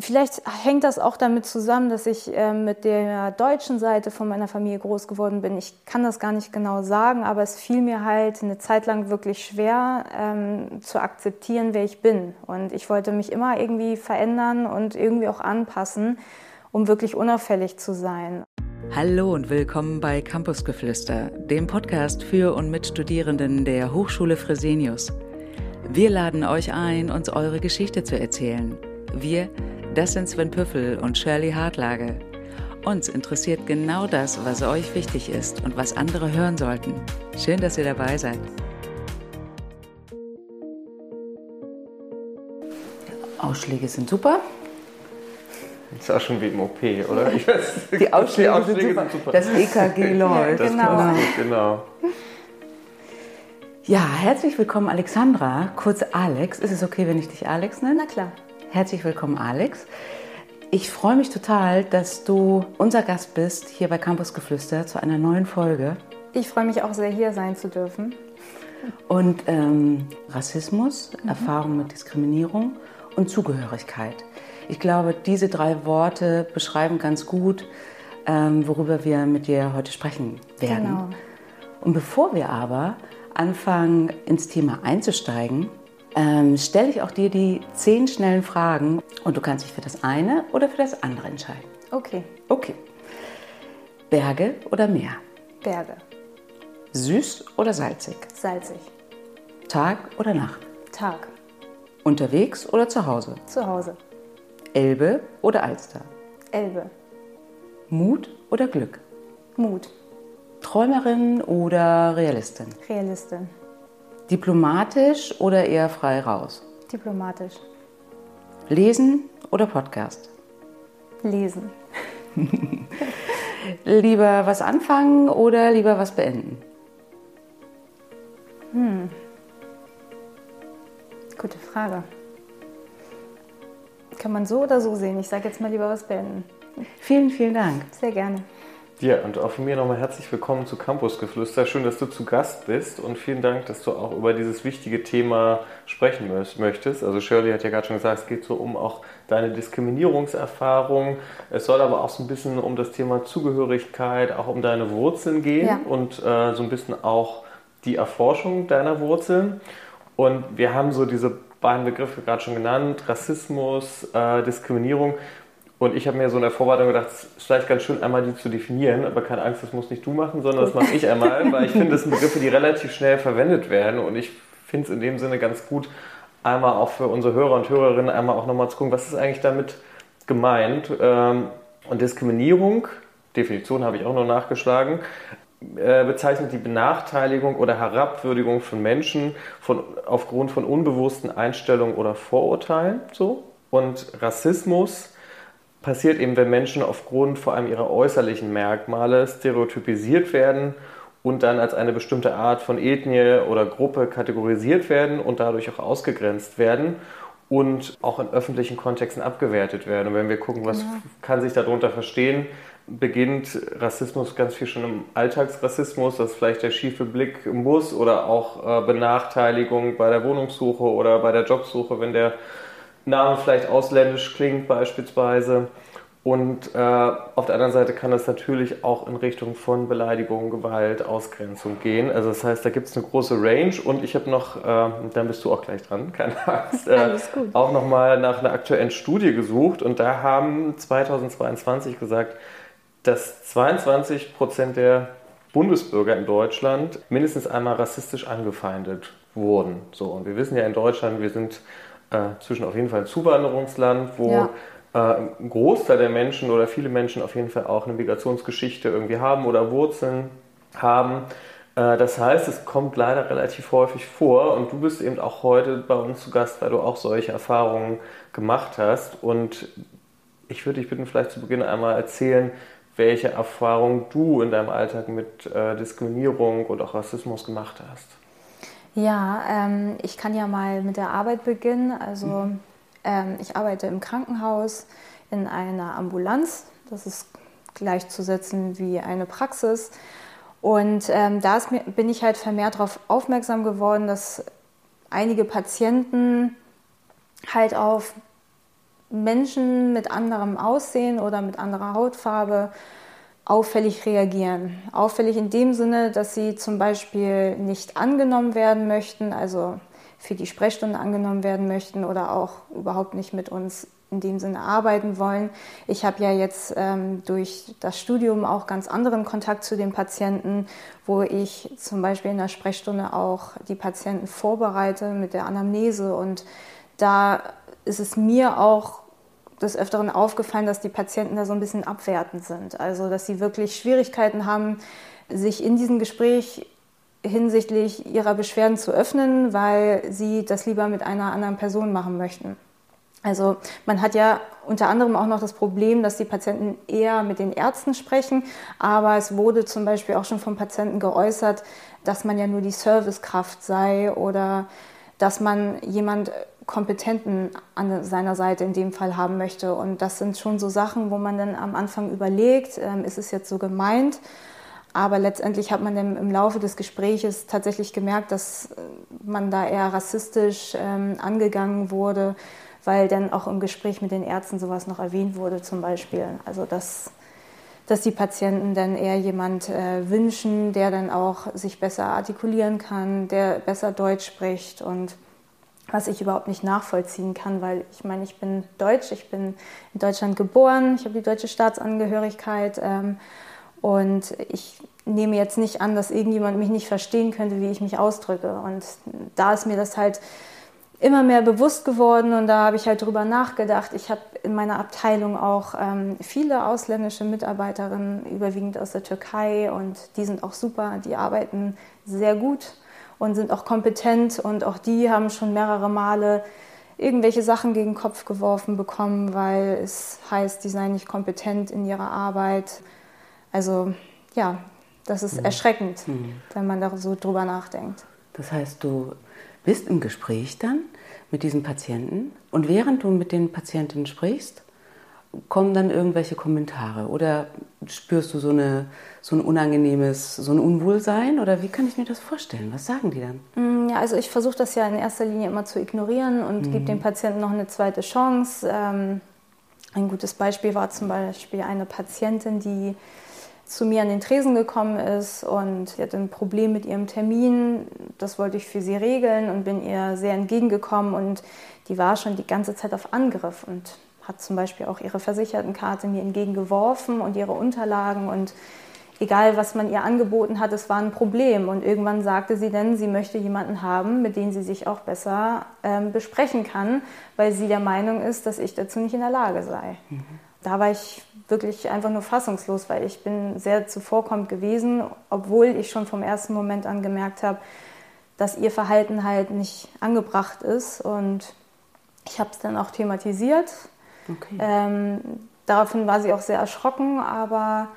Vielleicht hängt das auch damit zusammen, dass ich mit der deutschen Seite von meiner Familie groß geworden bin. Ich kann das gar nicht genau sagen, aber es fiel mir halt eine Zeit lang wirklich schwer zu akzeptieren, wer ich bin. Und ich wollte mich immer irgendwie verändern und irgendwie auch anpassen, um wirklich unauffällig zu sein. Hallo und willkommen bei Campusgeflüster, dem Podcast für und mit Studierenden der Hochschule Fresenius. Wir laden euch ein, uns eure Geschichte zu erzählen. Wir, das sind Sven Püffel und Shirley Hartlage. Uns interessiert genau das, was euch wichtig ist und was andere hören sollten. Schön, dass ihr dabei seid. Ausschläge sind super. Das ist auch schon wie im OP, oder? Die Ausschläge sind super. Das EKG läuft. Das genau. Ja, herzlich willkommen Alexandra, kurz Alex. Ist es okay, wenn ich dich Alex nenne? Na klar. Herzlich willkommen Alex. Ich freue mich total, dass du unser Gast bist hier bei Campusgeflüster zu einer neuen Folge. Ich freue mich auch sehr, hier sein zu dürfen. Und Rassismus, Erfahrung mit Diskriminierung und Zugehörigkeit. Ich glaube, diese 3 Worte beschreiben ganz gut, worüber wir mit dir heute sprechen werden. Genau. Und bevor wir aber anfangen, ins Thema einzusteigen, stelle ich auch dir die 10 schnellen Fragen und du kannst dich für das eine oder für das andere entscheiden. Okay. Okay. Berge oder Meer? Berge. Süß oder salzig? Salzig. Tag oder Nacht? Tag. Unterwegs oder zu Hause? Zu Hause. Elbe oder Alster? Elbe. Mut oder Glück? Mut. Träumerin oder Realistin? Realistin. Diplomatisch oder eher frei raus? Diplomatisch. Lesen oder Podcast? Lesen. Lieber was anfangen oder lieber was beenden? Gute Frage. Kann man so oder so sehen? Ich sage jetzt mal lieber was beenden. Vielen, vielen Dank. Sehr gerne. Ja, und auch von mir nochmal herzlich willkommen zu Campusgeflüster. Schön, dass du zu Gast bist und vielen Dank, dass du auch über dieses wichtige Thema sprechen möchtest. Also Shirley hat ja gerade schon gesagt, es geht so um auch deine Diskriminierungserfahrung. Es soll aber auch so ein bisschen um das Thema Zugehörigkeit, auch um deine Wurzeln gehen, ja. Und so ein bisschen auch die Erforschung deiner Wurzeln. Und wir haben so diese beiden Begriffe gerade schon genannt, Rassismus, Diskriminierung. Und ich habe mir so in der Vorbereitung gedacht, es ist vielleicht ganz schön, einmal die zu definieren, aber keine Angst, das musst nicht du machen, sondern das mache ich einmal, weil ich finde, das sind Begriffe, die relativ schnell verwendet werden und ich finde es in dem Sinne ganz gut, einmal auch für unsere Hörer und Hörerinnen einmal auch nochmal zu gucken, was ist eigentlich damit gemeint. Und Diskriminierung, Definition habe ich auch noch nachgeschlagen, bezeichnet die Benachteiligung oder Herabwürdigung von Menschen aufgrund von unbewussten Einstellungen oder Vorurteilen. So. Und Rassismus passiert eben, wenn Menschen aufgrund vor allem ihrer äußerlichen Merkmale stereotypisiert werden und dann als eine bestimmte Art von Ethnie oder Gruppe kategorisiert werden und dadurch auch ausgegrenzt werden und auch in öffentlichen Kontexten abgewertet werden. Und wenn wir gucken, was kann sich darunter verstehen, beginnt Rassismus ganz viel schon im Alltagsrassismus, das ist vielleicht der schiefe Blick im Bus oder auch Benachteiligung bei der Wohnungssuche oder bei der Jobsuche, wenn der Name vielleicht ausländisch klingt beispielsweise. Und auf der anderen Seite kann das natürlich auch in Richtung von Beleidigung, Gewalt, Ausgrenzung gehen. Also das heißt, da gibt es eine große Range und ich habe noch, dann bist du auch gleich dran, keine Angst, auch nochmal nach einer aktuellen Studie gesucht und da haben 2022 gesagt, dass 22% der Bundesbürger in Deutschland mindestens einmal rassistisch angefeindet wurden. So, und wir wissen ja in Deutschland, wir sind zwischen auf jeden Fall ein Zuwanderungsland, wo ein Großteil der Menschen oder viele Menschen auf jeden Fall auch eine Migrationsgeschichte irgendwie haben oder Wurzeln haben. Das heißt, es kommt leider relativ häufig vor und du bist eben auch heute bei uns zu Gast, weil du auch solche Erfahrungen gemacht hast. Und ich würde dich bitten, vielleicht zu Beginn einmal erzählen, welche Erfahrungen du in deinem Alltag mit Diskriminierung und auch Rassismus gemacht hast. Ja, ich kann ja mal mit der Arbeit beginnen. Also ich arbeite im Krankenhaus in einer Ambulanz. Das ist gleichzusetzen wie eine Praxis. Und bin ich halt vermehrt darauf aufmerksam geworden, dass einige Patienten halt auf Menschen mit anderem Aussehen oder mit anderer Hautfarbe auffällig reagieren. Auffällig in dem Sinne, dass sie zum Beispiel nicht angenommen werden möchten, also für die Sprechstunde angenommen werden möchten oder auch überhaupt nicht mit uns in dem Sinne arbeiten wollen. Ich habe ja jetzt durch das Studium auch ganz anderen Kontakt zu den Patienten, wo ich zum Beispiel in der Sprechstunde auch die Patienten vorbereite mit der Anamnese, und da ist es mir auch des Öfteren aufgefallen, dass die Patienten da so ein bisschen abwertend sind. Also dass sie wirklich Schwierigkeiten haben, sich in diesem Gespräch hinsichtlich ihrer Beschwerden zu öffnen, weil sie das lieber mit einer anderen Person machen möchten. Also man hat ja unter anderem auch noch das Problem, dass die Patienten eher mit den Ärzten sprechen, aber es wurde zum Beispiel auch schon von Patienten geäußert, dass man ja nur die Servicekraft sei oder dass man jemand Kompetenten an seiner Seite in dem Fall haben möchte. Und das sind schon so Sachen, wo man dann am Anfang überlegt, ist es jetzt so gemeint? Aber letztendlich hat man dann im Laufe des Gespräches tatsächlich gemerkt, dass man da eher rassistisch angegangen wurde, weil dann auch im Gespräch mit den Ärzten sowas noch erwähnt wurde zum Beispiel. Also dass die Patienten dann eher jemand wünschen, der dann auch sich besser artikulieren kann, der besser Deutsch spricht, und was ich überhaupt nicht nachvollziehen kann, weil ich meine, ich bin Deutsch, ich bin in Deutschland geboren, ich habe die deutsche Staatsangehörigkeit und ich nehme jetzt nicht an, dass irgendjemand mich nicht verstehen könnte, wie ich mich ausdrücke. Und da ist mir das halt immer mehr bewusst geworden, und da habe ich halt drüber nachgedacht. Ich habe in meiner Abteilung auch viele ausländische Mitarbeiterinnen, überwiegend aus der Türkei, und die sind auch super, die arbeiten sehr gut und sind auch kompetent, und auch die haben schon mehrere Male irgendwelche Sachen gegen den Kopf geworfen bekommen, weil es heißt, die seien nicht kompetent in ihrer Arbeit. Also ja, das ist erschreckend, wenn man da so drüber nachdenkt. Das heißt, du bist im Gespräch dann mit diesen Patienten, und während du mit den Patienten sprichst, kommen dann irgendwelche Kommentare oder spürst du so ein unangenehmes, so ein Unwohlsein, oder wie kann ich mir das vorstellen? Was sagen die dann? Ja, also ich versuche das ja in erster Linie immer zu ignorieren und gebe dem Patienten noch eine zweite Chance. Ein gutes Beispiel war zum Beispiel eine Patientin, die zu mir an den Tresen gekommen ist, und sie hatte ein Problem mit ihrem Termin. Das wollte ich für sie regeln und bin ihr sehr entgegengekommen, und die war schon die ganze Zeit auf Angriff und hat zum Beispiel auch ihre Versichertenkarte mir entgegengeworfen und ihre Unterlagen, und egal was man ihr angeboten hat, es war ein Problem. Und irgendwann sagte sie dann, sie möchte jemanden haben, mit dem sie sich auch besser besprechen kann, weil sie der Meinung ist, dass ich dazu nicht in der Lage sei. Da war ich wirklich einfach nur fassungslos, weil ich bin sehr zuvorkommend gewesen, obwohl ich schon vom ersten Moment an gemerkt habe, dass ihr Verhalten halt nicht angebracht ist. Und ich habe es dann auch thematisiert. Okay. Daraufhin war sie auch sehr erschrocken, aber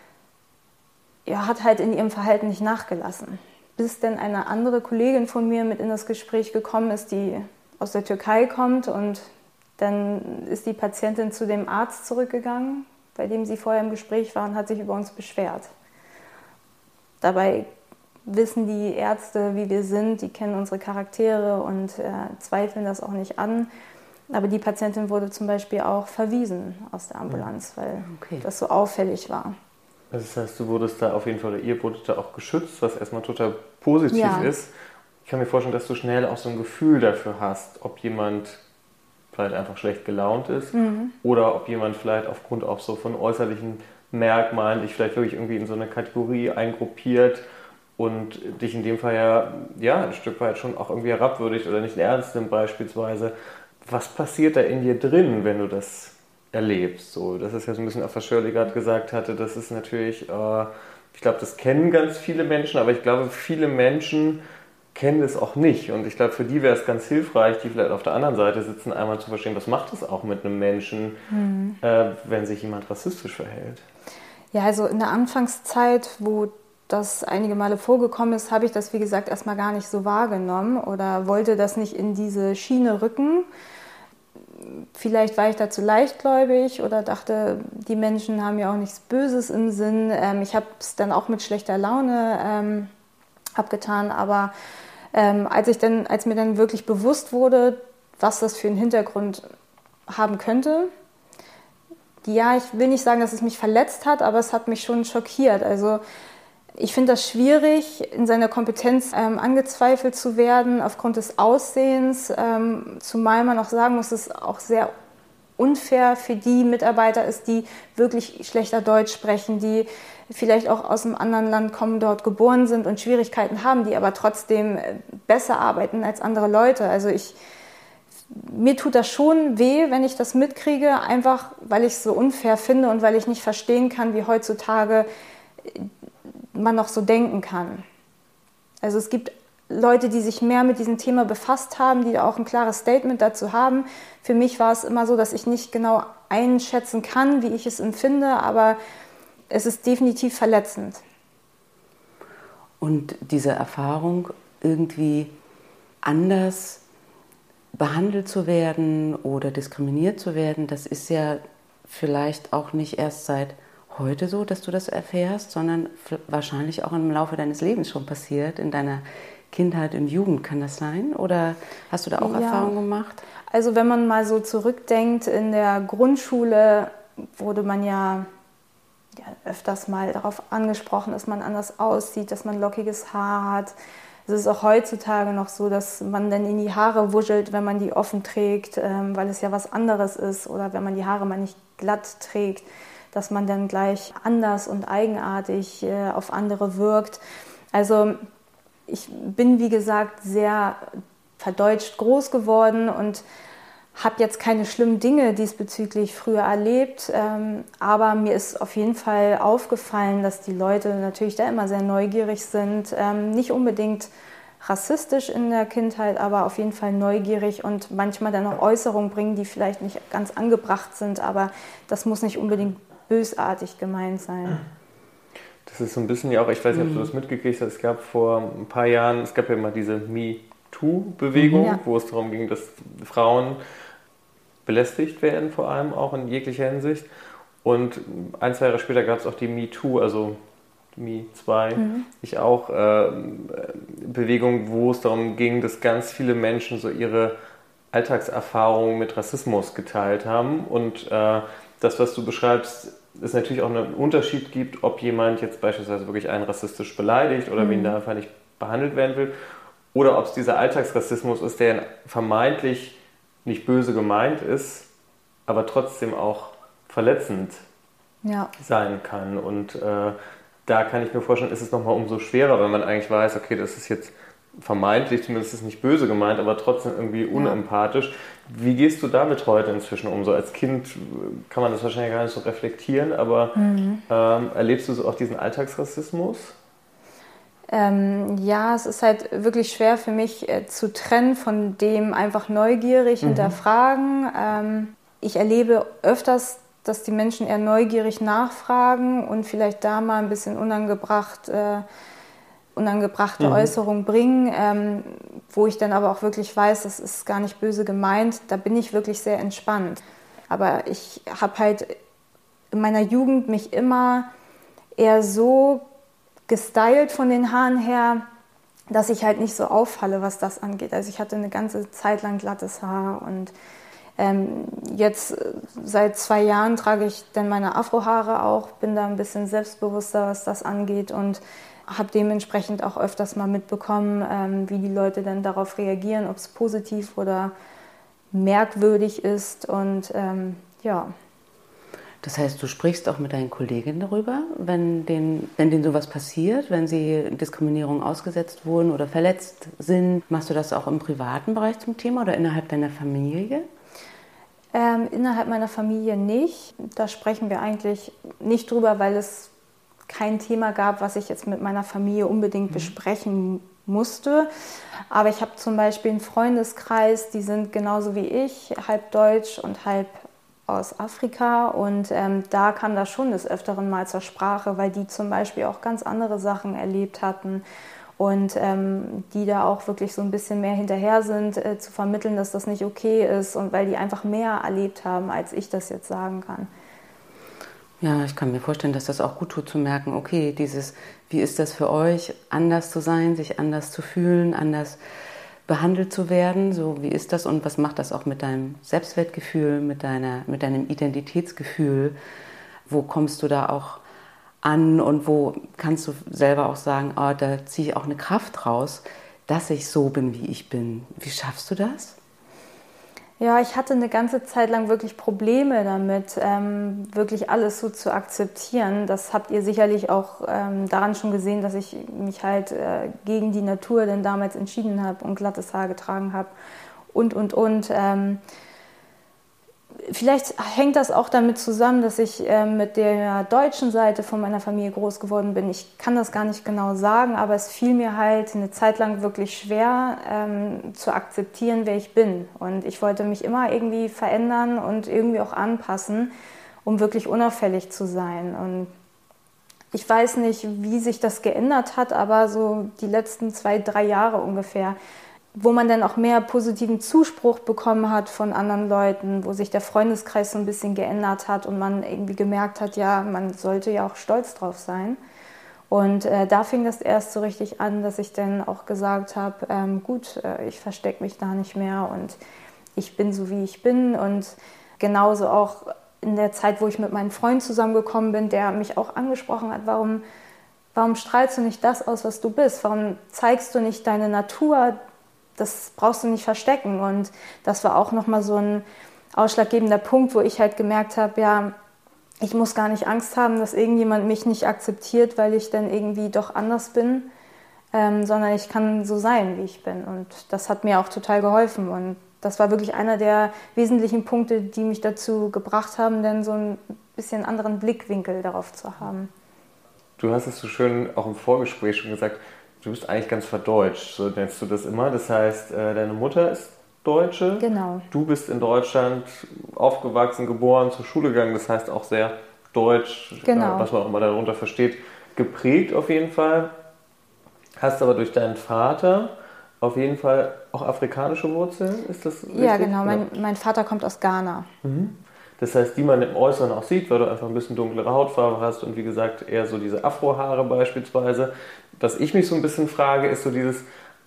hat halt in ihrem Verhalten nicht nachgelassen. Bis dann eine andere Kollegin von mir mit in das Gespräch gekommen ist, die aus der Türkei kommt, und dann ist die Patientin zu dem Arzt zurückgegangen, bei dem sie vorher im Gespräch war, und hat sich über uns beschwert. Dabei wissen die Ärzte, wie wir sind, die kennen unsere Charaktere und zweifeln das auch nicht an. Aber die Patientin wurde zum Beispiel auch verwiesen aus der Ambulanz, weil das so auffällig war. Das heißt, du wurdest da auf jeden Fall, oder ihr wurdet da auch geschützt, was erstmal total positiv ist. Ich kann mir vorstellen, dass du schnell auch so ein Gefühl dafür hast, ob jemand vielleicht einfach schlecht gelaunt ist oder ob jemand vielleicht aufgrund auch so von äußerlichen Merkmalen dich vielleicht wirklich irgendwie in so eine Kategorie eingruppiert und dich in dem Fall ja ein Stück weit schon auch irgendwie herabwürdigt oder nicht ernst nimmt beispielsweise. Was passiert da in dir drin, wenn du das erlebst? So, das ist ja so ein bisschen auch, was Shirley gerade gesagt hatte, das ist natürlich, ich glaube, das kennen ganz viele Menschen, aber ich glaube, viele Menschen kennen das auch nicht. Und ich glaube, für die wäre es ganz hilfreich, die vielleicht auf der anderen Seite sitzen, einmal zu verstehen, was macht es auch mit einem Menschen, wenn sich jemand rassistisch verhält. Ja, also in der Anfangszeit, wo das einige Male vorgekommen ist, habe ich das, wie gesagt, erstmal gar nicht so wahrgenommen oder wollte das nicht in diese Schiene rücken. Vielleicht war ich da zu leichtgläubig oder dachte, die Menschen haben ja auch nichts Böses im Sinn. Ich habe es dann auch mit schlechter Laune abgetan, aber als mir dann wirklich bewusst wurde, was das für einen Hintergrund haben könnte. Ja, ich will nicht sagen, dass es mich verletzt hat, aber es hat mich schon schockiert. Also ich finde das schwierig, in seiner Kompetenz angezweifelt zu werden aufgrund des Aussehens, zumal man auch sagen muss, dass es auch sehr unfair für die Mitarbeiter ist, die wirklich schlechter Deutsch sprechen, die vielleicht auch aus einem anderen Land kommen, dort geboren sind und Schwierigkeiten haben, die aber trotzdem besser arbeiten als andere Leute. Also mir tut das schon weh, wenn ich das mitkriege, einfach weil ich es so unfair finde und weil ich nicht verstehen kann, wie heutzutage man noch so denken kann. Also es gibt Leute, die sich mehr mit diesem Thema befasst haben, die auch ein klares Statement dazu haben. Für mich war es immer so, dass ich nicht genau einschätzen kann, wie ich es empfinde, aber es ist definitiv verletzend. Und diese Erfahrung, irgendwie anders behandelt zu werden oder diskriminiert zu werden, das ist ja vielleicht auch nicht erst seit heute so, dass du das erfährst, sondern wahrscheinlich auch im Laufe deines Lebens schon passiert, in deiner Kindheit und Jugend. Kann das sein? Oder hast du da auch Erfahrungen gemacht? Also wenn man mal so zurückdenkt, in der Grundschule wurde man ja öfters mal darauf angesprochen, dass man anders aussieht, dass man lockiges Haar hat. Es ist auch heutzutage noch so, dass man dann in die Haare wuschelt, wenn man die offen trägt, weil es ja was anderes ist. Oder wenn man die Haare mal nicht glatt trägt, dass man dann gleich anders und eigenartig auf andere wirkt. Also ich bin, wie gesagt, sehr verdeutscht groß geworden und habe jetzt keine schlimmen Dinge diesbezüglich früher erlebt. Aber mir ist auf jeden Fall aufgefallen, dass die Leute natürlich da immer sehr neugierig sind. Nicht unbedingt rassistisch in der Kindheit, aber auf jeden Fall neugierig und manchmal dann auch Äußerungen bringen, die vielleicht nicht ganz angebracht sind. Aber das muss nicht unbedingt bösartig gemeint sein. Das ist so ein bisschen ja auch, ich weiß nicht, ob du das mitgekriegt hast, es gab vor ein paar Jahren, es gab ja immer diese MeToo-Bewegung, wo es darum ging, dass Frauen belästigt werden, vor allem auch in jeglicher Hinsicht. Und 1, 2 Jahre später gab es auch die MeToo, also Me2, ich auch, Bewegung, wo es darum ging, dass ganz viele Menschen so ihre Alltagserfahrungen mit Rassismus geteilt haben. Und das, was du beschreibst, es natürlich auch einen Unterschied gibt, ob jemand jetzt beispielsweise wirklich einen rassistisch beleidigt oder wen da einfach nicht behandelt werden will, oder ob es dieser Alltagsrassismus ist, der vermeintlich nicht böse gemeint ist, aber trotzdem auch verletzend sein kann. Und da kann ich mir vorstellen, ist es nochmal umso schwerer, wenn man eigentlich weiß, okay, das ist jetzt vermeintlich, zumindest ist es nicht böse gemeint, aber trotzdem irgendwie unempathisch. Wie gehst du damit heute inzwischen um? So als Kind kann man das wahrscheinlich gar nicht so reflektieren, aber erlebst du so auch diesen Alltagsrassismus? Ja, es ist halt wirklich schwer für mich zu trennen von dem einfach neugierig hinterfragen. Ich erlebe öfters, dass die Menschen eher neugierig nachfragen und vielleicht da mal ein bisschen unangebrachte Äußerungen bringen, wo ich dann aber auch wirklich weiß, das ist gar nicht böse gemeint. Da bin ich wirklich sehr entspannt. Aber ich habe halt in meiner Jugend mich immer eher so gestylt von den Haaren her, dass ich halt nicht so auffalle, was das angeht. Also ich hatte eine ganze Zeit lang glattes Haar und jetzt seit 2 Jahren trage ich dann meine Afrohaare auch, bin da ein bisschen selbstbewusster, was das angeht und habe dementsprechend auch öfters mal mitbekommen, wie die Leute dann darauf reagieren, ob es positiv oder merkwürdig ist und ja. Das heißt, du sprichst auch mit deinen Kolleginnen darüber, wenn denen sowas passiert, wenn sie Diskriminierung ausgesetzt wurden oder verletzt sind. Machst du das auch im privaten Bereich zum Thema oder innerhalb deiner Familie? Innerhalb meiner Familie nicht. Da sprechen wir eigentlich nicht drüber, weil es kein Thema gab, was ich jetzt mit meiner Familie unbedingt besprechen musste. Aber ich habe zum Beispiel einen Freundeskreis, die sind genauso wie ich, halb deutsch und halb aus Afrika. Und da kam das schon des Öfteren mal zur Sprache, weil die zum Beispiel auch ganz andere Sachen erlebt hatten. Und die da auch wirklich so ein bisschen mehr hinterher sind, zu vermitteln, dass das nicht okay ist und weil die einfach mehr erlebt haben, als ich das jetzt sagen kann. Ja, ich kann mir vorstellen, dass das auch gut tut zu merken, okay, wie ist das für euch, anders zu sein, sich anders zu fühlen, anders behandelt zu werden? So, wie ist das und was macht das auch mit deinem Selbstwertgefühl, mit deinem Identitätsgefühl? Wo kommst du da auch an und wo kannst du selber auch sagen, oh, da ziehe ich auch eine Kraft raus, dass ich so bin, wie ich bin. Wie schaffst du das? Ja, ich hatte eine ganze Zeit lang wirklich Probleme damit, wirklich alles so zu akzeptieren. Das habt ihr sicherlich auch daran schon gesehen, dass ich mich halt gegen die Natur denn damals entschieden habe und glattes Haar getragen habe und. Vielleicht hängt das auch damit zusammen, dass ich mit der deutschen Seite von meiner Familie groß geworden bin. Ich kann das gar nicht genau sagen, aber es fiel mir halt eine Zeit lang wirklich schwer zu akzeptieren, wer ich bin. Und ich wollte mich immer irgendwie verändern und irgendwie auch anpassen, um wirklich unauffällig zu sein. Und ich weiß nicht, wie sich das geändert hat, aber so die letzten 2-3 Jahre ungefähr, wo man dann auch mehr positiven Zuspruch bekommen hat von anderen Leuten, wo sich der Freundeskreis so ein bisschen geändert hat und man irgendwie gemerkt hat, ja, man sollte ja auch stolz drauf sein. Und da fing das erst so richtig an, dass ich dann auch gesagt habe, gut, ich verstecke mich da nicht mehr und ich bin so, wie ich bin. Und genauso auch in der Zeit, wo ich mit meinem Freund zusammengekommen bin, der mich auch angesprochen hat, warum strahlst du nicht das aus, was du bist? Warum zeigst du nicht deine Natur? Das brauchst du nicht verstecken. Und das war auch nochmal so ein ausschlaggebender Punkt, wo ich halt gemerkt habe, ja, ich muss gar nicht Angst haben, dass irgendjemand mich nicht akzeptiert, weil ich dann irgendwie doch anders bin, sondern ich kann so sein, wie ich bin. Und das hat mir auch total geholfen. Und das war wirklich einer der wesentlichen Punkte, die mich dazu gebracht haben, dann so ein bisschen anderen Blickwinkel darauf zu haben. Du hast es so schön auch im Vorgespräch schon gesagt, du bist eigentlich ganz verdeutscht, so nennst du das immer. Das heißt, deine Mutter ist Deutsche. Genau. Du bist in Deutschland aufgewachsen, geboren, zur Schule gegangen. Das heißt auch sehr deutsch, genau. Was man auch immer darunter versteht, geprägt auf jeden Fall. Hast aber durch deinen Vater auf jeden Fall auch afrikanische Wurzeln, ist das richtig? Ja, genau. Mein Vater kommt aus Ghana. Mhm. Das heißt, die man im Äußeren auch sieht, weil du einfach ein bisschen dunklere Hautfarbe hast und wie gesagt eher so diese Afrohaare beispielsweise. Was ich mich so ein bisschen frage, ist so dieses,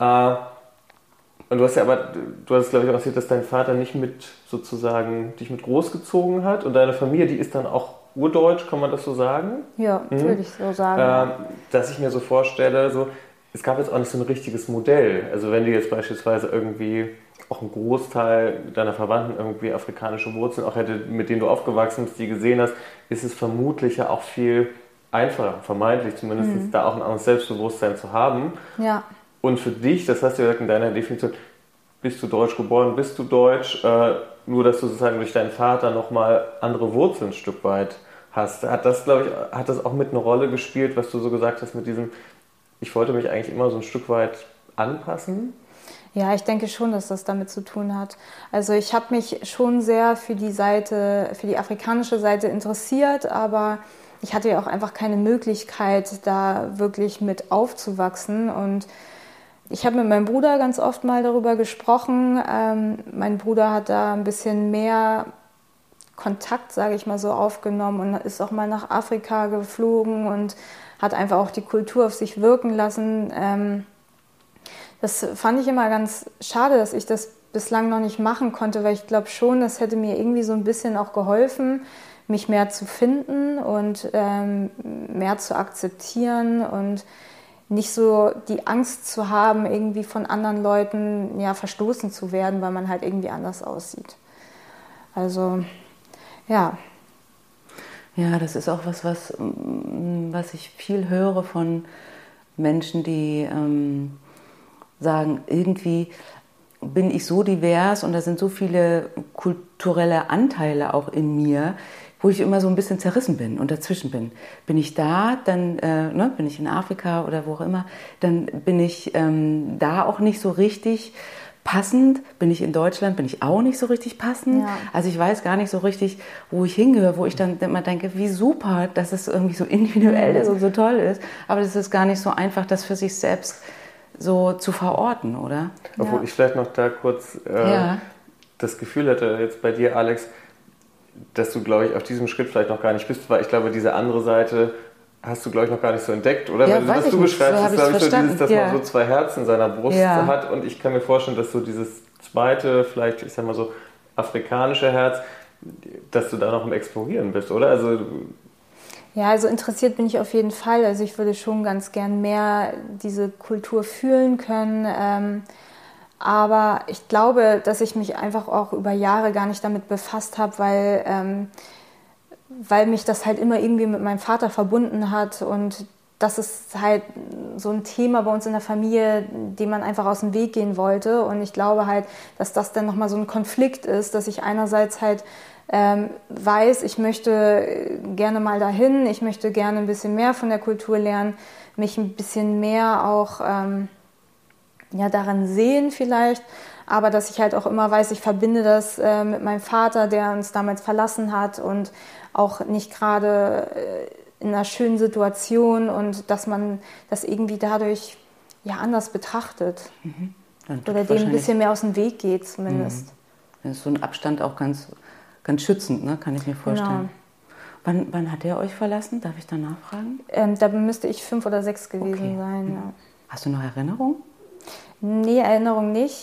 und du hast glaube ich auch erzählt, dass dein Vater nicht mit sozusagen dich mit großgezogen hat und deine Familie, die ist dann auch urdeutsch, kann man das so sagen? Ja, würde ich so sagen. Dass ich mir so vorstelle, so, es gab jetzt auch nicht so ein richtiges Modell. Also wenn du jetzt beispielsweise irgendwie auch ein Großteil deiner Verwandten irgendwie afrikanische Wurzeln auch hätte, mit denen du aufgewachsen bist, die gesehen hast, ist es vermutlich ja auch viel einfacher, vermeintlich zumindest, da auch ein anderes Selbstbewusstsein zu haben. Ja. Und für dich, das hast du ja gesagt in deiner Definition, bist du deutsch geboren, bist du deutsch, nur dass du sozusagen durch deinen Vater nochmal andere Wurzeln ein Stück weit hast. Hat das, glaube ich, hat das auch mit eine Rolle gespielt, was du so gesagt hast mit diesem, ich wollte mich eigentlich immer so ein Stück weit anpassen? Ja, ich denke schon, dass das damit zu tun hat. Also ich habe mich schon sehr für die afrikanische Seite interessiert, aber ich hatte ja auch einfach keine Möglichkeit, da wirklich mit aufzuwachsen. Und ich habe mit meinem Bruder ganz oft mal darüber gesprochen. Mein Bruder hat da ein bisschen mehr Kontakt, sage ich mal so, aufgenommen und ist auch mal nach Afrika geflogen und hat einfach auch die Kultur auf sich wirken lassen. Das fand ich immer ganz schade, dass ich das bislang noch nicht machen konnte, weil ich glaube schon, das hätte mir irgendwie so ein bisschen auch geholfen, mich mehr zu finden und mehr zu akzeptieren und nicht so die Angst zu haben, irgendwie von anderen Leuten ja, verstoßen zu werden, weil man halt irgendwie anders aussieht. Also, ja. Ja, das ist auch was ich viel höre von Menschen, die sagen, irgendwie bin ich so divers und da sind so viele kulturelle Anteile auch in mir, wo ich immer so ein bisschen zerrissen bin und dazwischen bin. Bin ich da, dann bin ich in Afrika oder wo auch immer, dann bin ich da auch nicht so richtig passend. Bin ich in Deutschland, bin ich auch nicht so richtig passend. Ja. Also ich weiß gar nicht so richtig, wo ich hingehöre, wo ich dann immer denke, wie super, dass es irgendwie so individuell ist und so toll ist. Aber das ist gar nicht so einfach, das für sich selbst so zu verorten, oder? Obwohl ich vielleicht noch da kurz das Gefühl hätte, jetzt bei dir, Alex, dass du, glaube ich, auf diesem Schritt vielleicht noch gar nicht bist, weil ich glaube, diese andere Seite hast du, glaube ich, noch gar nicht so entdeckt, oder? Ja, Weil was du beschreibst, so ist, glaube ich, so dieses, dass ja. man so zwei Herzen in seiner Brust hat. Und ich kann mir vorstellen, dass so dieses zweite, vielleicht, ich sag mal so, afrikanische Herz, dass du da noch im Explorieren bist, oder? Ja, also interessiert bin ich auf jeden Fall. Also ich würde schon ganz gern mehr diese Kultur fühlen können. Aber ich glaube, dass ich mich einfach auch über Jahre gar nicht damit befasst habe, weil mich das halt immer irgendwie mit meinem Vater verbunden hat. Und das ist halt so ein Thema bei uns in der Familie, dem man einfach aus dem Weg gehen wollte. Und ich glaube halt, dass das dann nochmal so ein Konflikt ist, dass ich einerseits halt weiß, ich möchte gerne mal dahin, ich möchte gerne ein bisschen mehr von der Kultur lernen, mich ein bisschen mehr auch daran sehen vielleicht, aber dass ich halt auch immer weiß, ich verbinde das mit meinem Vater, der uns damals verlassen hat und auch nicht gerade in einer schönen Situation und dass man das irgendwie dadurch anders betrachtet oder dem ein bisschen mehr aus dem Weg geht zumindest. Das ist so ein Abstand auch ganz schützend, ne? Kann ich mir vorstellen. Genau. Wann hat er euch verlassen? Darf ich da nachfragen? Da müsste ich 5 oder 6 gewesen sein. Ja. Hast du noch Erinnerungen? Nee, Erinnerung nicht.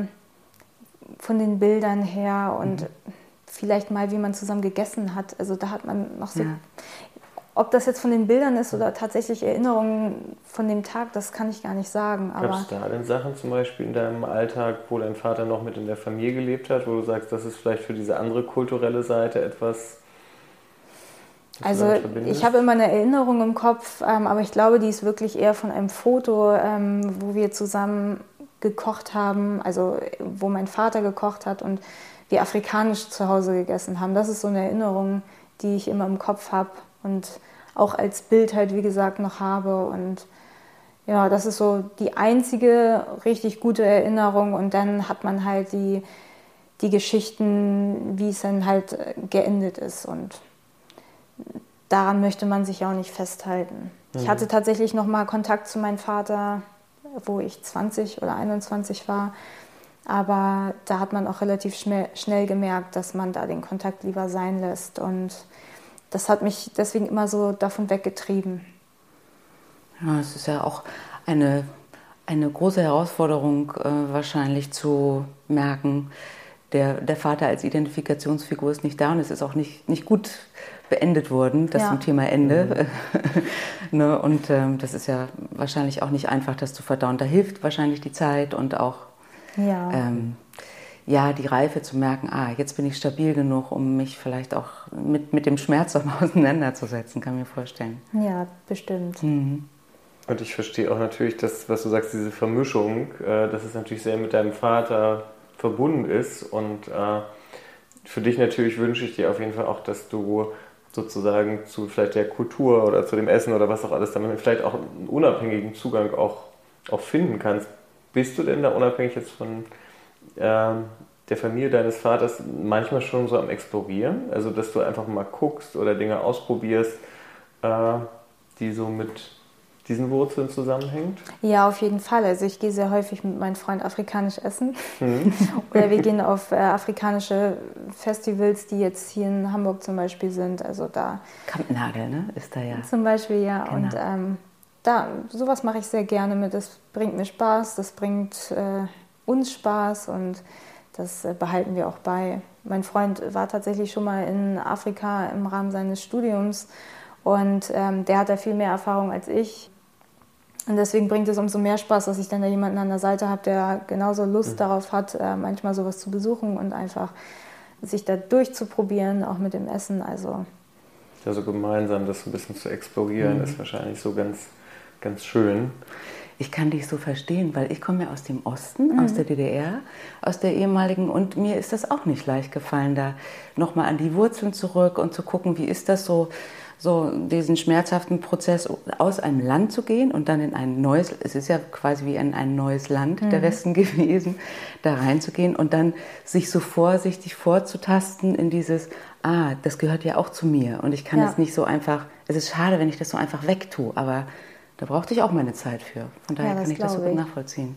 Von den Bildern her und vielleicht mal, wie man zusammen gegessen hat. Also da hat man noch so... Ja. Ob das jetzt von den Bildern ist oder tatsächlich Erinnerungen von dem Tag, das kann ich gar nicht sagen. Gab es da denn Sachen zum Beispiel in deinem Alltag, wo dein Vater noch mit in der Familie gelebt hat, wo du sagst, das ist vielleicht für diese andere kulturelle Seite etwas... Also ich habe immer eine Erinnerung im Kopf, aber ich glaube, die ist wirklich eher von einem Foto, wo wir zusammen gekocht haben, also wo mein Vater gekocht hat und wir afrikanisch zu Hause gegessen haben. Das ist so eine Erinnerung, die ich immer im Kopf habe und auch als Bild halt, wie gesagt, noch habe. Und ja, das ist so die einzige richtig gute Erinnerung. Und dann hat man halt die Geschichten, wie es dann halt geendet ist. Und daran möchte man sich auch nicht festhalten. Ich hatte tatsächlich noch mal Kontakt zu meinem Vater, wo ich 20 oder 21 war. Aber da hat man auch relativ schnell gemerkt, dass man da den Kontakt lieber sein lässt. Und das hat mich deswegen immer so davon weggetrieben. Ja, es ist ja auch eine große Herausforderung, wahrscheinlich zu merken, der Vater als Identifikationsfigur ist nicht da und es ist auch nicht gut beendet worden, das zum Thema Ende. Ne? Und das ist ja wahrscheinlich auch nicht einfach, das zu verdauen. Da hilft wahrscheinlich die Zeit und auch die Reife zu merken, jetzt bin ich stabil genug, um mich vielleicht auch mit dem Schmerz auch mal auseinanderzusetzen, kann ich mir vorstellen. Ja, bestimmt. Und ich verstehe auch natürlich, dass, was du sagst, diese Vermischung, dass es natürlich sehr mit deinem Vater verbunden ist. Und für dich natürlich wünsche ich dir auf jeden Fall auch, dass du sozusagen zu vielleicht der Kultur oder zu dem Essen oder was auch alles, damit vielleicht auch einen unabhängigen Zugang auch finden kannst. Bist du denn da unabhängig jetzt von der Familie deines Vaters manchmal schon so am Explorieren? Also, dass du einfach mal guckst oder Dinge ausprobierst, die so mit diesen Wurzeln zusammenhängt? Ja, auf jeden Fall. Also ich gehe sehr häufig mit meinem Freund afrikanisch essen. Oder wir gehen auf afrikanische Festivals, die jetzt hier in Hamburg zum Beispiel sind. Also da Kampnagel, ne? Ist da ja. Zum Beispiel, ja. Genau. Und sowas mache ich sehr gerne mit. Das bringt mir Spaß, das bringt uns Spaß und das behalten wir auch bei. Mein Freund war tatsächlich schon mal in Afrika im Rahmen seines Studiums und der hat da viel mehr Erfahrung als ich. Und deswegen bringt es umso mehr Spaß, dass ich dann da jemanden an der Seite habe, der genauso Lust darauf hat, manchmal sowas zu besuchen und einfach sich da durchzuprobieren, auch mit dem Essen. Also gemeinsam das ein bisschen zu explorieren, ist wahrscheinlich so ganz, ganz schön. Ich kann dich so verstehen, weil ich komme ja aus dem Osten, aus der DDR, aus der ehemaligen, und mir ist das auch nicht leicht gefallen, da nochmal an die Wurzeln zurück und zu gucken, wie ist das so diesen schmerzhaften Prozess aus einem Land zu gehen und dann in ein neues, es ist ja quasi wie ein neues Land, der Westen gewesen, da reinzugehen und dann sich so vorsichtig vorzutasten in dieses, das gehört ja auch zu mir und ich kann es nicht so einfach, es ist schade, wenn ich das so einfach wegtue, aber da brauchte ich auch meine Zeit für. Von daher kann ich das so gut nachvollziehen.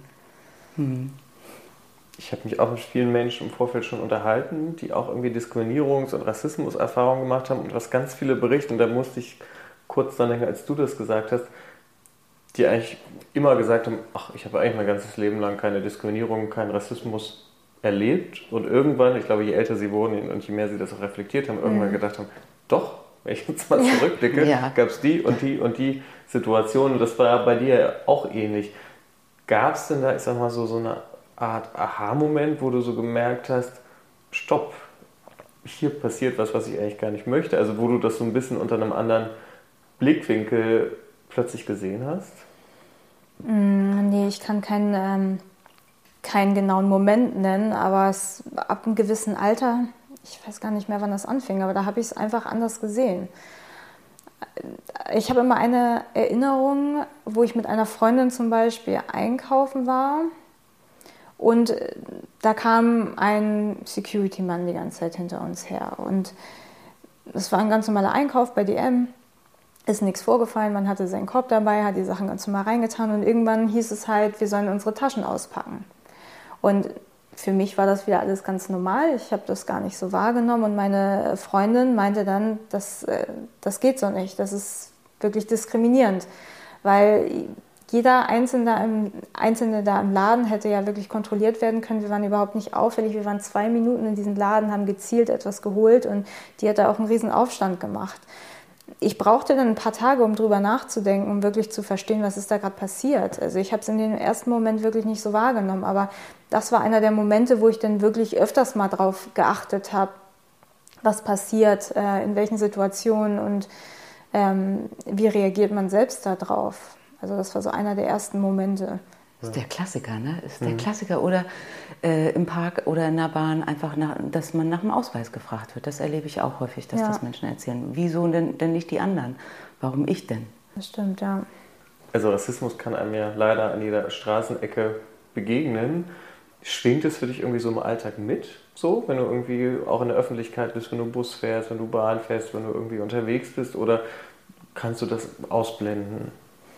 Ich habe mich auch mit vielen Menschen im Vorfeld schon unterhalten, die auch irgendwie Diskriminierungs- und Rassismuserfahrungen gemacht haben und was ganz viele berichten. Und da musste ich kurz dran denke, als du das gesagt hast, die eigentlich immer gesagt haben, ach, ich habe eigentlich mein ganzes Leben lang keine Diskriminierung, keinen Rassismus erlebt und irgendwann, ich glaube, je älter sie wurden und je mehr sie das auch reflektiert haben, irgendwann gedacht haben, doch, wenn ich jetzt mal zurückblicke, gab es die und die und die Situationen und das war bei dir auch ähnlich. Gab es denn da, ich sag mal so eine Art Aha-Moment, wo du so gemerkt hast, stopp, hier passiert was ich eigentlich gar nicht möchte, also wo du das so ein bisschen unter einem anderen Blickwinkel plötzlich gesehen hast? Nee, ich kann keinen genauen Moment nennen, aber ab einem gewissen Alter, ich weiß gar nicht mehr, wann das anfing, aber da habe ich es einfach anders gesehen. Ich habe immer eine Erinnerung, wo ich mit einer Freundin zum Beispiel einkaufen war und da kam ein Security-Mann die ganze Zeit hinter uns her und es war ein ganz normaler Einkauf bei DM. Ist nichts vorgefallen, man hatte seinen Korb dabei, hat die Sachen ganz normal reingetan und irgendwann hieß es halt, wir sollen unsere Taschen auspacken. Und für mich war das wieder alles ganz normal, ich habe das gar nicht so wahrgenommen und meine Freundin meinte dann, das geht so nicht, das ist wirklich diskriminierend, weil jeder Einzelne da im Laden hätte ja wirklich kontrolliert werden können, wir waren überhaupt nicht auffällig, wir waren 2 Minuten in diesem Laden, haben gezielt etwas geholt und die hat da auch einen riesen Aufstand gemacht. Ich brauchte dann ein paar Tage, um drüber nachzudenken, um wirklich zu verstehen, was ist da gerade passiert. Also ich habe es in dem ersten Moment wirklich nicht so wahrgenommen, aber das war einer der Momente, wo ich dann wirklich öfters mal drauf geachtet habe, was passiert, in welchen Situationen und wie reagiert man selbst darauf. Also das war so einer der ersten Momente. Das ist der Klassiker, ne? Ist der Klassiker. Oder im Park oder in der Bahn einfach, dass man nach dem Ausweis gefragt wird. Das erlebe ich auch häufig, dass das Menschen erzählen. Wieso denn nicht die anderen? Warum ich denn? Das stimmt, ja. Also Rassismus kann einem ja leider an jeder Straßenecke begegnen. Schwingt es für dich irgendwie so im Alltag mit? So, wenn du irgendwie auch in der Öffentlichkeit bist, wenn du Bus fährst, wenn du Bahn fährst, wenn du irgendwie unterwegs bist? Oder kannst du das ausblenden?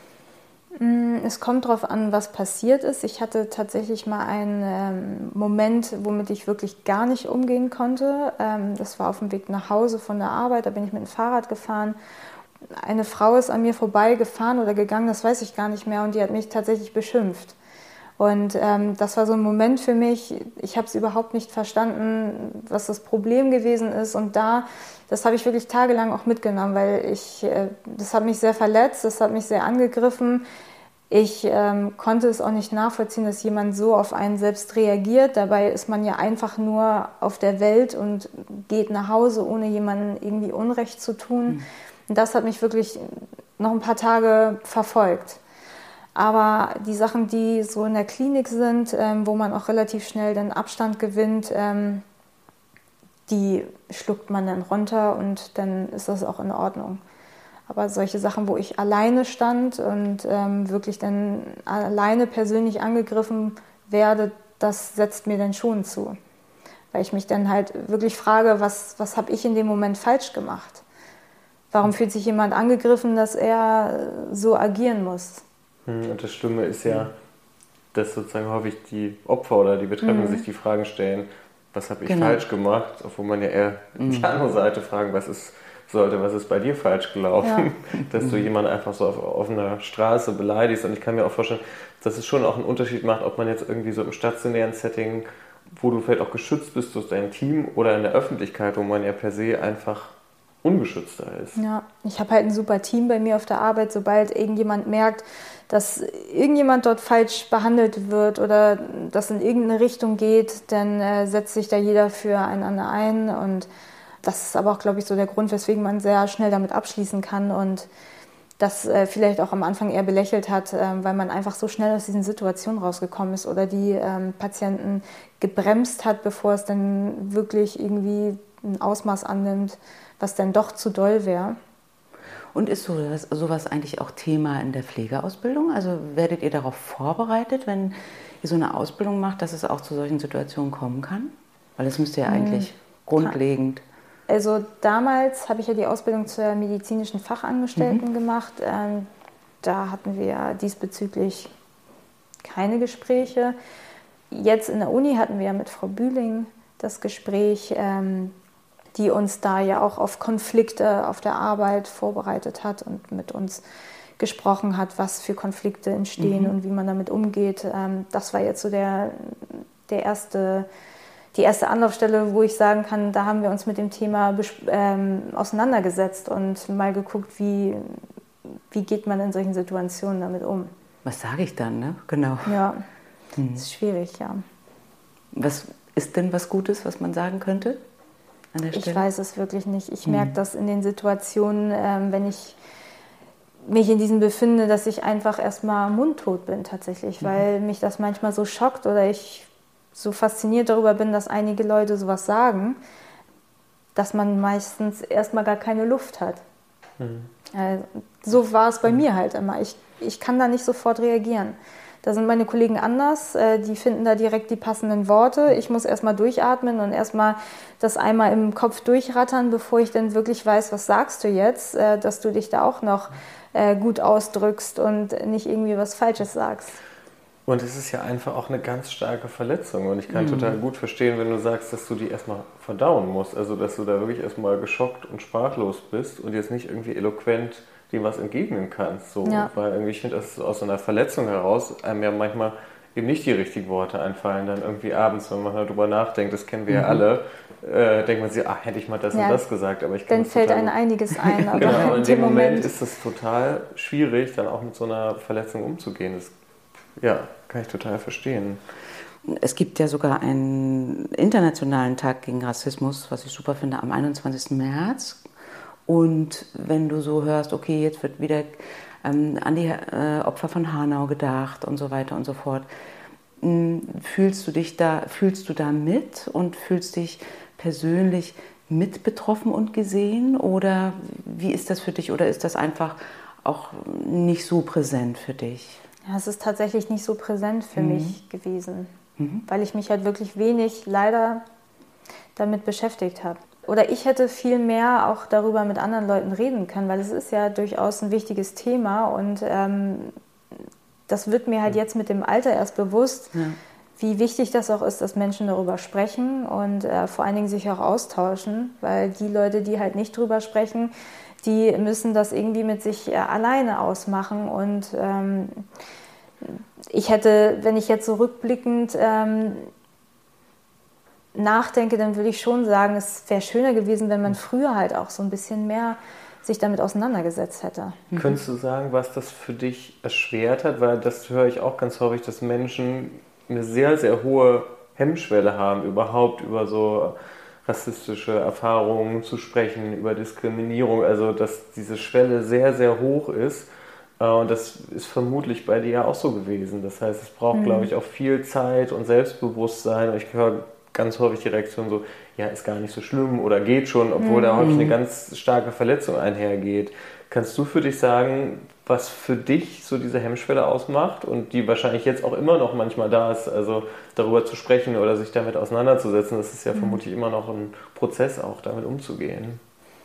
Es kommt darauf an, was passiert ist. Ich hatte tatsächlich mal einen Moment, womit ich wirklich gar nicht umgehen konnte. Das war auf dem Weg nach Hause von der Arbeit, da bin ich mit dem Fahrrad gefahren. Eine Frau ist an mir vorbeigefahren oder gegangen, das weiß ich gar nicht mehr, und die hat mich tatsächlich beschimpft. Und das war so ein Moment für mich, ich habe es überhaupt nicht verstanden, was das Problem gewesen ist. Und das habe ich wirklich tagelang auch mitgenommen, weil das hat mich sehr verletzt, das hat mich sehr angegriffen. Ich konnte es auch nicht nachvollziehen, dass jemand so auf einen selbst reagiert. Dabei ist man ja einfach nur auf der Welt und geht nach Hause, ohne jemandem irgendwie Unrecht zu tun. Und das hat mich wirklich noch ein paar Tage verfolgt. Aber die Sachen, die so in der Klinik sind, wo man auch relativ schnell den Abstand gewinnt, die schluckt man dann runter und dann ist das auch in Ordnung. Aber solche Sachen, wo ich alleine stand und wirklich dann alleine persönlich angegriffen werde, das setzt mir dann schon zu. Weil ich mich dann halt wirklich frage, was habe ich in dem Moment falsch gemacht? Warum fühlt sich jemand angegriffen, dass er so agieren muss? Und das Schlimme ist ja, dass sozusagen häufig die Opfer oder die Betreffenden sich die Fragen stellen, was habe ich falsch gemacht, obwohl man ja eher die andere Seite fragen, was ist bei dir falsch gelaufen, dass du jemanden einfach so auf einer Straße beleidigst. Und ich kann mir auch vorstellen, dass es schon auch einen Unterschied macht, ob man jetzt irgendwie so im stationären Setting, wo du vielleicht auch geschützt bist durch dein Team, oder in der Öffentlichkeit, wo man ja per se einfach ungeschützter ist. Ja, ich habe halt ein super Team bei mir auf der Arbeit. Sobald irgendjemand merkt, dass irgendjemand dort falsch behandelt wird oder das in irgendeine Richtung geht, dann setzt sich da jeder füreinander ein. Und das ist aber auch, glaube ich, so der Grund, weswegen man sehr schnell damit abschließen kann und das vielleicht auch am Anfang eher belächelt hat, weil man einfach so schnell aus diesen Situationen rausgekommen ist oder die Patienten gebremst hat, bevor es dann wirklich irgendwie ein Ausmaß annimmt, was dann doch zu doll wäre. Und ist sowas eigentlich auch Thema in der Pflegeausbildung? Also werdet ihr darauf vorbereitet, wenn ihr so eine Ausbildung macht, dass es auch zu solchen Situationen kommen kann? Weil das müsste ja eigentlich grundlegend... Also damals habe ich ja die Ausbildung zur medizinischen Fachangestellten gemacht. Da hatten wir diesbezüglich keine Gespräche. Jetzt in der Uni hatten wir mit Frau Bühling das Gespräch. die uns da ja auch auf Konflikte auf der Arbeit vorbereitet hat und mit uns gesprochen hat, was für Konflikte entstehen und wie man damit umgeht. Das war jetzt so die erste Anlaufstelle, wo ich sagen kann, da haben wir uns mit dem Thema auseinandergesetzt und mal geguckt, wie geht man in solchen Situationen damit um. Was sage ich dann, ne? Genau. Ja, das ist schwierig, ja. Was ist denn was Gutes, was man sagen könnte an der Stelle? Ich weiß es wirklich nicht. Ich merke das in den Situationen, wenn ich mich in diesen befinde, dass ich einfach erstmal mundtot bin tatsächlich, weil mich das manchmal so schockt oder ich so fasziniert darüber bin, dass einige Leute sowas sagen, dass man meistens erstmal gar keine Luft hat. So war es bei mir halt immer. Ich kann da nicht sofort reagieren. Da sind meine Kollegen anders, die finden da direkt die passenden Worte. Ich muss erstmal durchatmen und erstmal das einmal im Kopf durchrattern, bevor ich dann wirklich weiß, was sagst du jetzt, dass du dich da auch noch gut ausdrückst und nicht irgendwie was Falsches sagst. Und es ist ja einfach auch eine ganz starke Verletzung. Und ich kann total gut verstehen, wenn du sagst, dass du die erstmal verdauen musst. Also, dass du da wirklich erstmal geschockt und sprachlos bist und jetzt nicht irgendwie eloquent dem was entgegnen kannst. So. Ja. Weil irgendwie, ich finde, dass aus so einer Verletzung heraus einem ja manchmal eben nicht die richtigen Worte einfallen. Dann irgendwie abends, wenn man darüber nachdenkt, das kennen wir ja alle, denkt man sich, hätte ich mal das und das gesagt. Aber ich kann dann fällt einem einiges ein. Aber genau, in dem Moment ist es total schwierig, dann auch mit so einer Verletzung umzugehen. Das kann ich total verstehen. Es gibt ja sogar einen internationalen Tag gegen Rassismus, was ich super finde, am 21. März. Und wenn du so hörst, okay, jetzt wird wieder an die Opfer von Hanau gedacht und so weiter und so fort, fühlst du da mit und fühlst dich persönlich mit betroffen und gesehen? Oder wie ist das für dich? Oder ist das einfach auch nicht so präsent für dich? Ja, es ist tatsächlich nicht so präsent für mich gewesen, weil ich mich halt wirklich wenig leider damit beschäftigt habe. Oder ich hätte viel mehr auch darüber mit anderen Leuten reden können, weil es ist ja durchaus ein wichtiges Thema und das wird mir halt jetzt mit dem Alter erst bewusst, wie wichtig das auch ist, dass Menschen darüber sprechen und vor allen Dingen sich auch austauschen, weil die Leute, die halt nicht drüber sprechen, die müssen das irgendwie mit sich alleine ausmachen und ich hätte, wenn ich jetzt so rückblickend nachdenke, dann würde ich schon sagen, es wäre schöner gewesen, wenn man früher halt auch so ein bisschen mehr sich damit auseinandergesetzt hätte. Könntest du sagen, was das für dich erschwert hat? Weil das höre ich auch ganz häufig, dass Menschen eine sehr, sehr hohe Hemmschwelle haben, überhaupt über so rassistische Erfahrungen zu sprechen, über Diskriminierung. Also dass diese Schwelle sehr, sehr hoch ist. Und das ist vermutlich bei dir ja auch so gewesen. Das heißt, es braucht, glaube ich, auch viel Zeit und Selbstbewusstsein. Und ich höre ganz häufig die Reaktion so, ja, ist gar nicht so schlimm oder geht schon, obwohl da häufig eine ganz starke Verletzung einhergeht. Kannst du für dich sagen, was für dich so diese Hemmschwelle ausmacht und die wahrscheinlich jetzt auch immer noch manchmal da ist, also darüber zu sprechen oder sich damit auseinanderzusetzen, das ist ja vermutlich immer noch ein Prozess, auch damit umzugehen.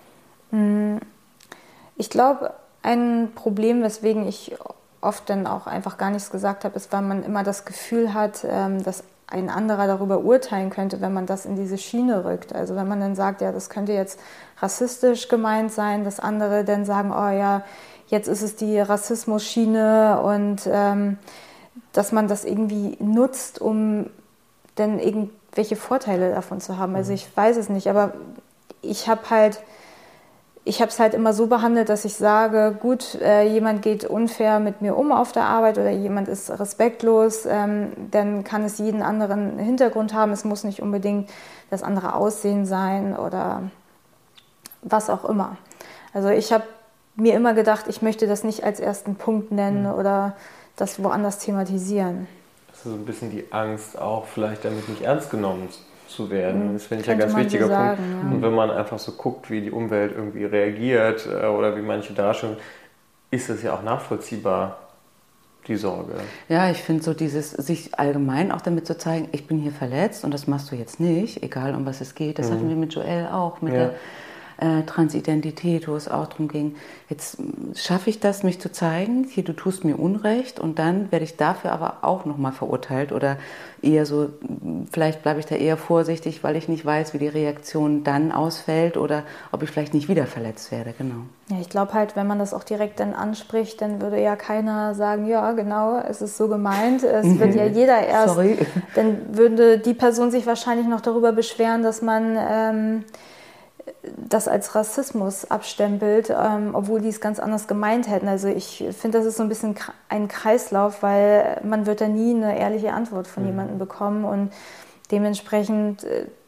Ich glaube, ein Problem, weswegen ich oft dann auch einfach gar nichts gesagt habe, ist, weil man immer das Gefühl hat, dass ein anderer darüber urteilen könnte, wenn man das in diese Schiene rückt. Also wenn man dann sagt, ja, das könnte jetzt rassistisch gemeint sein, dass andere dann sagen, oh ja, jetzt ist es die Rassismus-Schiene und dass man das irgendwie nutzt, um dann irgendwelche Vorteile davon zu haben. Also ich weiß es nicht, aber ich habe es halt immer so behandelt, dass ich sage, gut, jemand geht unfair mit mir um auf der Arbeit oder jemand ist respektlos, dann kann es jeden anderen Hintergrund haben. Es muss nicht unbedingt das andere Aussehen sein oder was auch immer. Also ich habe mir immer gedacht, ich möchte das nicht als ersten Punkt nennen oder das woanders thematisieren. Das ist so ein bisschen die Angst auch, vielleicht damit nicht ernst genommen zu werden. Das finde ich ein ganz wichtiger Punkt. Ja. Und wenn man einfach so guckt, wie die Umwelt irgendwie reagiert oder wie manche darstellen, ist es ja auch nachvollziehbar, die Sorge. Ja, ich finde so dieses, sich allgemein auch damit zu zeigen, ich bin hier verletzt und das machst du jetzt nicht, egal um was es geht. Das hatten wir mit Joelle auch, mit der Transidentität, wo es auch darum ging, jetzt schaffe ich das, mich zu zeigen, hier, du tust mir Unrecht und dann werde ich dafür aber auch nochmal verurteilt oder eher so, vielleicht bleibe ich da eher vorsichtig, weil ich nicht weiß, wie die Reaktion dann ausfällt oder ob ich vielleicht nicht wieder verletzt werde, genau. Ja, ich glaube halt, wenn man das auch direkt dann anspricht, dann würde ja keiner sagen, ja genau, es ist so gemeint, es wird ja jeder erst, Sorry. Dann würde die Person sich wahrscheinlich noch darüber beschweren, dass man das als Rassismus abstempelt, obwohl die es ganz anders gemeint hätten. Also ich finde, das ist so ein bisschen ein Kreislauf, weil man wird da nie eine ehrliche Antwort von jemandem bekommen und dementsprechend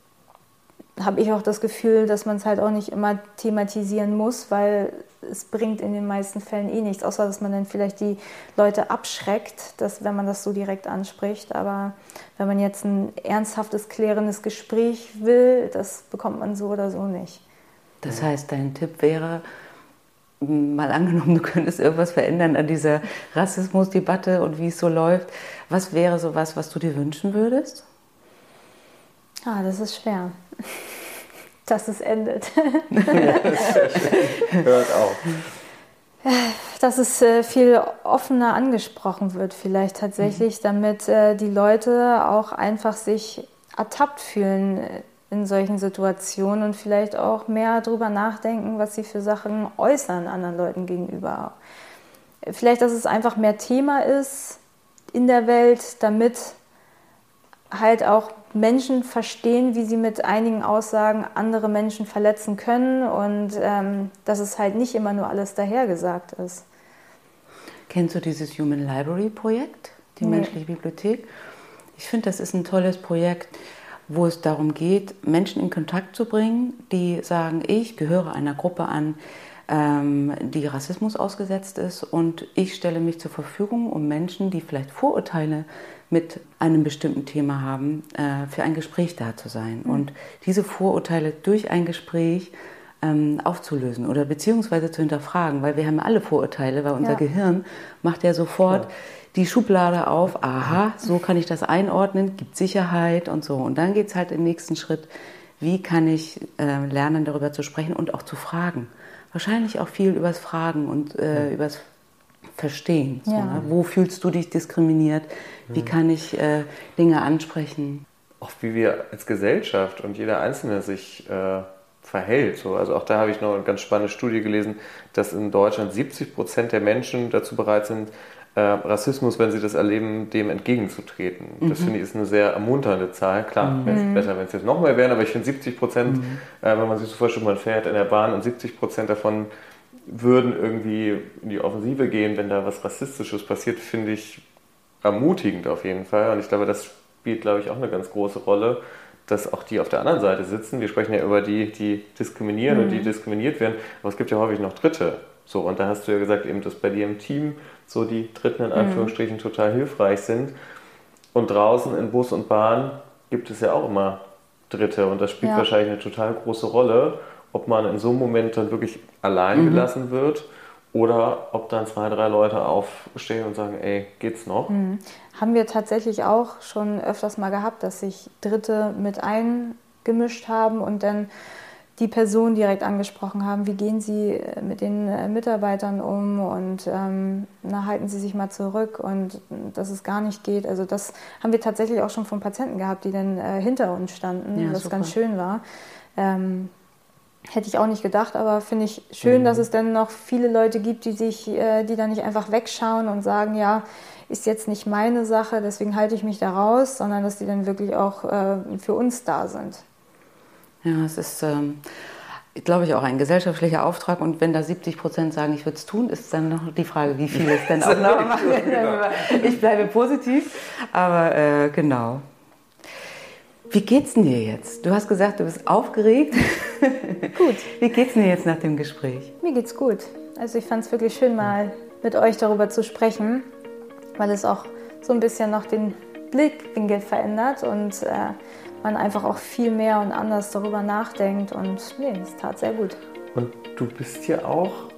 habe ich auch das Gefühl, dass man es halt auch nicht immer thematisieren muss, weil es bringt in den meisten Fällen eh nichts, außer dass man dann vielleicht die Leute abschreckt, wenn man das so direkt anspricht. Aber wenn man jetzt ein ernsthaftes, klärendes Gespräch will, das bekommt man so oder so nicht. Das heißt, dein Tipp wäre, mal angenommen, du könntest irgendwas verändern an dieser Rassismusdebatte und wie es so läuft. Was wäre so was du dir wünschen würdest? Ah, das ist schwer. Dass es endet. Ja, das ist sehr schön. Hört auf. Dass es viel offener angesprochen wird vielleicht tatsächlich, damit die Leute auch einfach sich ertappt fühlen in solchen Situationen und vielleicht auch mehr darüber nachdenken, was sie für Sachen äußern anderen Leuten gegenüber. Vielleicht, dass es einfach mehr Thema ist in der Welt, damit halt auch Menschen verstehen, wie sie mit einigen Aussagen andere Menschen verletzen können und dass es halt nicht immer nur alles dahergesagt ist. Kennst du dieses Human Library Projekt, die menschliche Bibliothek? Ich finde, das ist ein tolles Projekt, wo es darum geht, Menschen in Kontakt zu bringen, die sagen, ich gehöre einer Gruppe an, die Rassismus ausgesetzt ist und ich stelle mich zur Verfügung, um Menschen, die vielleicht Vorurteile mit einem bestimmten Thema haben, für ein Gespräch da zu sein und diese Vorurteile durch ein Gespräch aufzulösen oder beziehungsweise zu hinterfragen, weil wir haben alle Vorurteile, weil unser Gehirn macht ja sofort die Schublade auf, aha, so kann ich das einordnen, gibt Sicherheit und so. Und dann geht es halt im nächsten Schritt, wie kann ich lernen, darüber zu sprechen und auch zu fragen. Wahrscheinlich auch viel übers Fragen und übers Verstehen. So, ne? Wo fühlst du dich diskriminiert? Wie kann ich Dinge ansprechen? Auch wie wir als Gesellschaft und jeder Einzelne sich verhält. So. Also auch da habe ich noch eine ganz spannende Studie gelesen, dass in Deutschland 70% der Menschen dazu bereit sind, Rassismus, wenn sie das erleben, dem entgegenzutreten. Das finde ich ist eine sehr ermunternde Zahl. Klar, wäre es besser, wenn es jetzt noch mehr wären, aber ich finde 70%, wenn man sich so vorstellt, man fährt in der Bahn und 70% davon würden irgendwie in die Offensive gehen, wenn da was Rassistisches passiert, finde ich ermutigend auf jeden Fall. Und ich glaube, das spielt, glaube ich, auch eine ganz große Rolle, dass auch die auf der anderen Seite sitzen. Wir sprechen ja über die, die diskriminieren und die diskriminiert werden, aber es gibt ja häufig noch Dritte. So, und da hast du ja gesagt, eben, dass bei dir im Team so die Dritten in Anführungsstrichen total hilfreich sind. Und draußen in Bus und Bahn gibt es ja auch immer Dritte. Und das spielt wahrscheinlich eine total große Rolle, ob man in so einem Moment dann wirklich allein gelassen wird oder ob dann 2, 3 Leute aufstehen und sagen, ey, geht's noch? Haben wir tatsächlich auch schon öfters mal gehabt, dass sich Dritte mit eingemischt haben und dann die Person direkt angesprochen haben, wie gehen Sie mit den Mitarbeitern um und halten Sie sich mal zurück und dass es gar nicht geht. Also das haben wir tatsächlich auch schon von Patienten gehabt, die dann hinter uns standen, was super. Ganz schön war. Hätte ich auch nicht gedacht, aber finde ich schön, dass es dann noch viele Leute gibt, die dann nicht einfach wegschauen und sagen, ja, ist jetzt nicht meine Sache, deswegen halte ich mich da raus, sondern dass die dann wirklich auch für uns da sind. Ja, es ist, glaube ich, auch ein gesellschaftlicher Auftrag. Und wenn da 70% sagen, ich würde es tun, ist dann noch die Frage, wie viele es denn auch noch machen. Ich bleibe positiv, aber genau. Wie geht's denn dir jetzt? Du hast gesagt, du bist aufgeregt. Gut. Wie geht's denn dir jetzt nach dem Gespräch? Mir geht's gut. Also ich fand es wirklich schön, mal mit euch darüber zu sprechen, weil es auch so ein bisschen noch den Blickwinkel verändert und man einfach auch viel mehr und anders darüber nachdenkt und nee, es tat sehr gut. Und du bist ja auch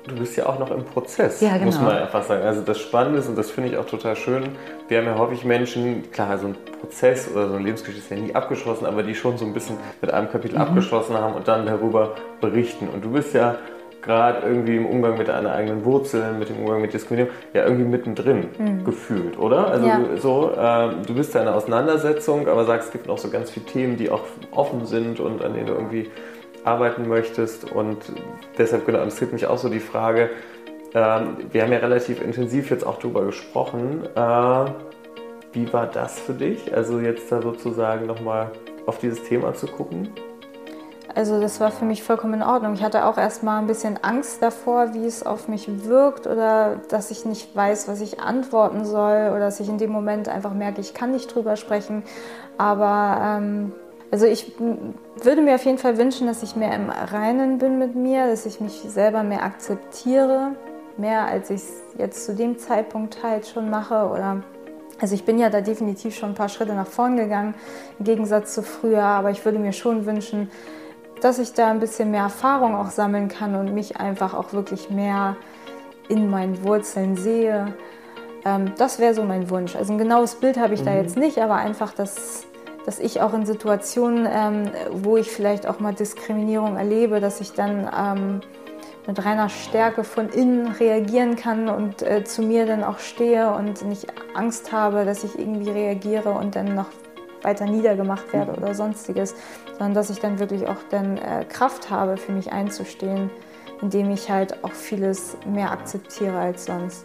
du bist ja auch noch im Prozess, ja, genau. Muss man einfach sagen. Also das Spannende ist, und das finde ich auch total schön, wir haben ja häufig Menschen, klar, so ein Prozess oder so eine Lebensgeschichte ist ja nie abgeschlossen, aber die schon so ein bisschen mit einem Kapitel abgeschlossen haben und dann darüber berichten. Und du bist ja gerade irgendwie im Umgang mit deinen eigenen Wurzeln, mit dem Umgang mit Diskriminierung, ja irgendwie mittendrin gefühlt, oder? Also du bist da in einer Auseinandersetzung, aber sagst, es gibt noch so ganz viele Themen, die auch offen sind und an denen du irgendwie arbeiten möchtest. Und deshalb genau, interessiert mich auch so die Frage, wir haben ja relativ intensiv jetzt auch darüber gesprochen, wie war das für dich? Also jetzt da sozusagen nochmal auf dieses Thema zu gucken? Also das war für mich vollkommen in Ordnung. Ich hatte auch erstmal ein bisschen Angst davor, wie es auf mich wirkt oder dass ich nicht weiß, was ich antworten soll oder dass ich in dem Moment einfach merke, ich kann nicht drüber sprechen. Aber also ich würde mir auf jeden Fall wünschen, dass ich mehr im Reinen bin mit mir, dass ich mich selber mehr akzeptiere, mehr als ich es jetzt zu dem Zeitpunkt halt schon mache. Also ich bin ja da definitiv schon ein paar Schritte nach vorn gegangen, im Gegensatz zu früher, aber ich würde mir schon wünschen, dass ich da ein bisschen mehr Erfahrung auch sammeln kann und mich einfach auch wirklich mehr in meinen Wurzeln sehe. Das wäre so mein Wunsch. Also ein genaues Bild habe ich da jetzt nicht, aber einfach, dass ich auch in Situationen, wo ich vielleicht auch mal Diskriminierung erlebe, dass ich dann mit reiner Stärke von innen reagieren kann und zu mir dann auch stehe und nicht Angst habe, dass ich irgendwie reagiere und dann noch weiter niedergemacht werde oder sonstiges, sondern dass ich dann wirklich auch dann Kraft habe, für mich einzustehen, indem ich halt auch vieles mehr akzeptiere als sonst.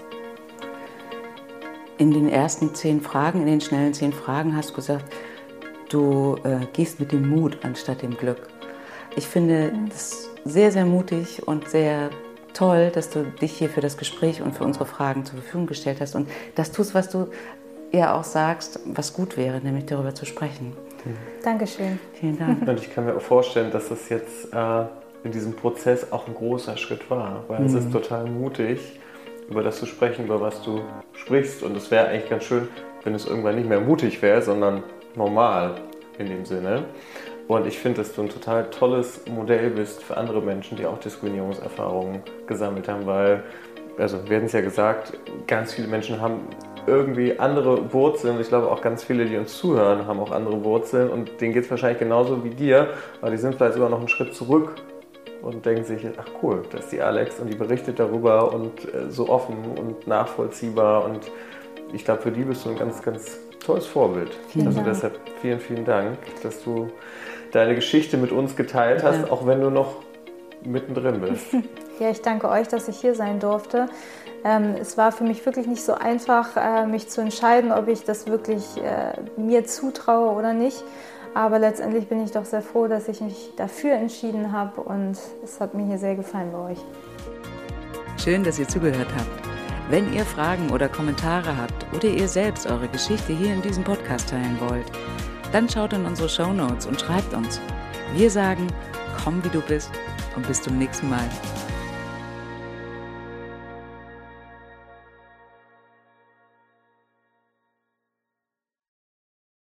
In den ersten 10 Fragen, in den schnellen 10 Fragen hast du gesagt, du gehst mit dem Mut anstatt dem Glück. Ich finde das sehr, sehr mutig und sehr toll, dass du dich hier für das Gespräch und für unsere Fragen zur Verfügung gestellt hast und das tust, was du ja auch sagst, was gut wäre, nämlich darüber zu sprechen. Dankeschön. Vielen Dank. Und ich kann mir auch vorstellen, dass das jetzt in diesem Prozess auch ein großer Schritt war, weil es ist total mutig, über das zu sprechen, über was du sprichst. Und es wäre eigentlich ganz schön, wenn es irgendwann nicht mehr mutig wäre, sondern normal in dem Sinne. Und ich finde, dass du ein total tolles Modell bist für andere Menschen, die auch Diskriminierungserfahrungen gesammelt haben, weil, also wir hatten es ja gesagt, ganz viele Menschen haben irgendwie andere Wurzeln. Ich glaube auch ganz viele, die uns zuhören, haben auch andere Wurzeln und denen geht es wahrscheinlich genauso wie dir, aber die sind vielleicht sogar noch einen Schritt zurück und denken sich, ach cool, das ist die Alex und die berichtet darüber und so offen und nachvollziehbar und ich glaube, für die bist du ein ganz, ganz tolles Vorbild. Vielen Dank. Deshalb vielen, vielen Dank, dass du deine Geschichte mit uns geteilt hast, auch wenn du noch mittendrin bist. Ja, ich danke euch, dass ich hier sein durfte. Es war für mich wirklich nicht so einfach, mich zu entscheiden, ob ich das wirklich mir zutraue oder nicht. Aber letztendlich bin ich doch sehr froh, dass ich mich dafür entschieden habe und es hat mir hier sehr gefallen bei euch. Schön, dass ihr zugehört habt. Wenn ihr Fragen oder Kommentare habt oder ihr selbst eure Geschichte hier in diesem Podcast teilen wollt, dann schaut in unsere Shownotes und schreibt uns. Wir sagen, komm wie du bist und bis zum nächsten Mal.